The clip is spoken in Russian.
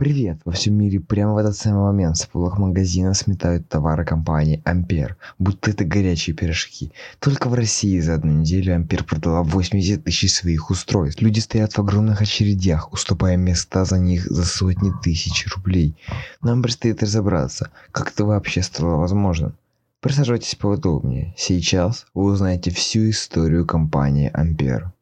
Привет! Во всем мире прямо в этот самый момент с полок магазина сметают товары компании Ампер, будто это горячие пирожки. Только в России за одну неделю Ампер продала 80 тысяч своих устройств. Люди стоят в огромных очередях, уступая места за них за сотни тысяч рублей. Нам предстоит разобраться, как это вообще стало возможным. Присаживайтесь поудобнее. Сейчас вы узнаете всю историю компании Ампер.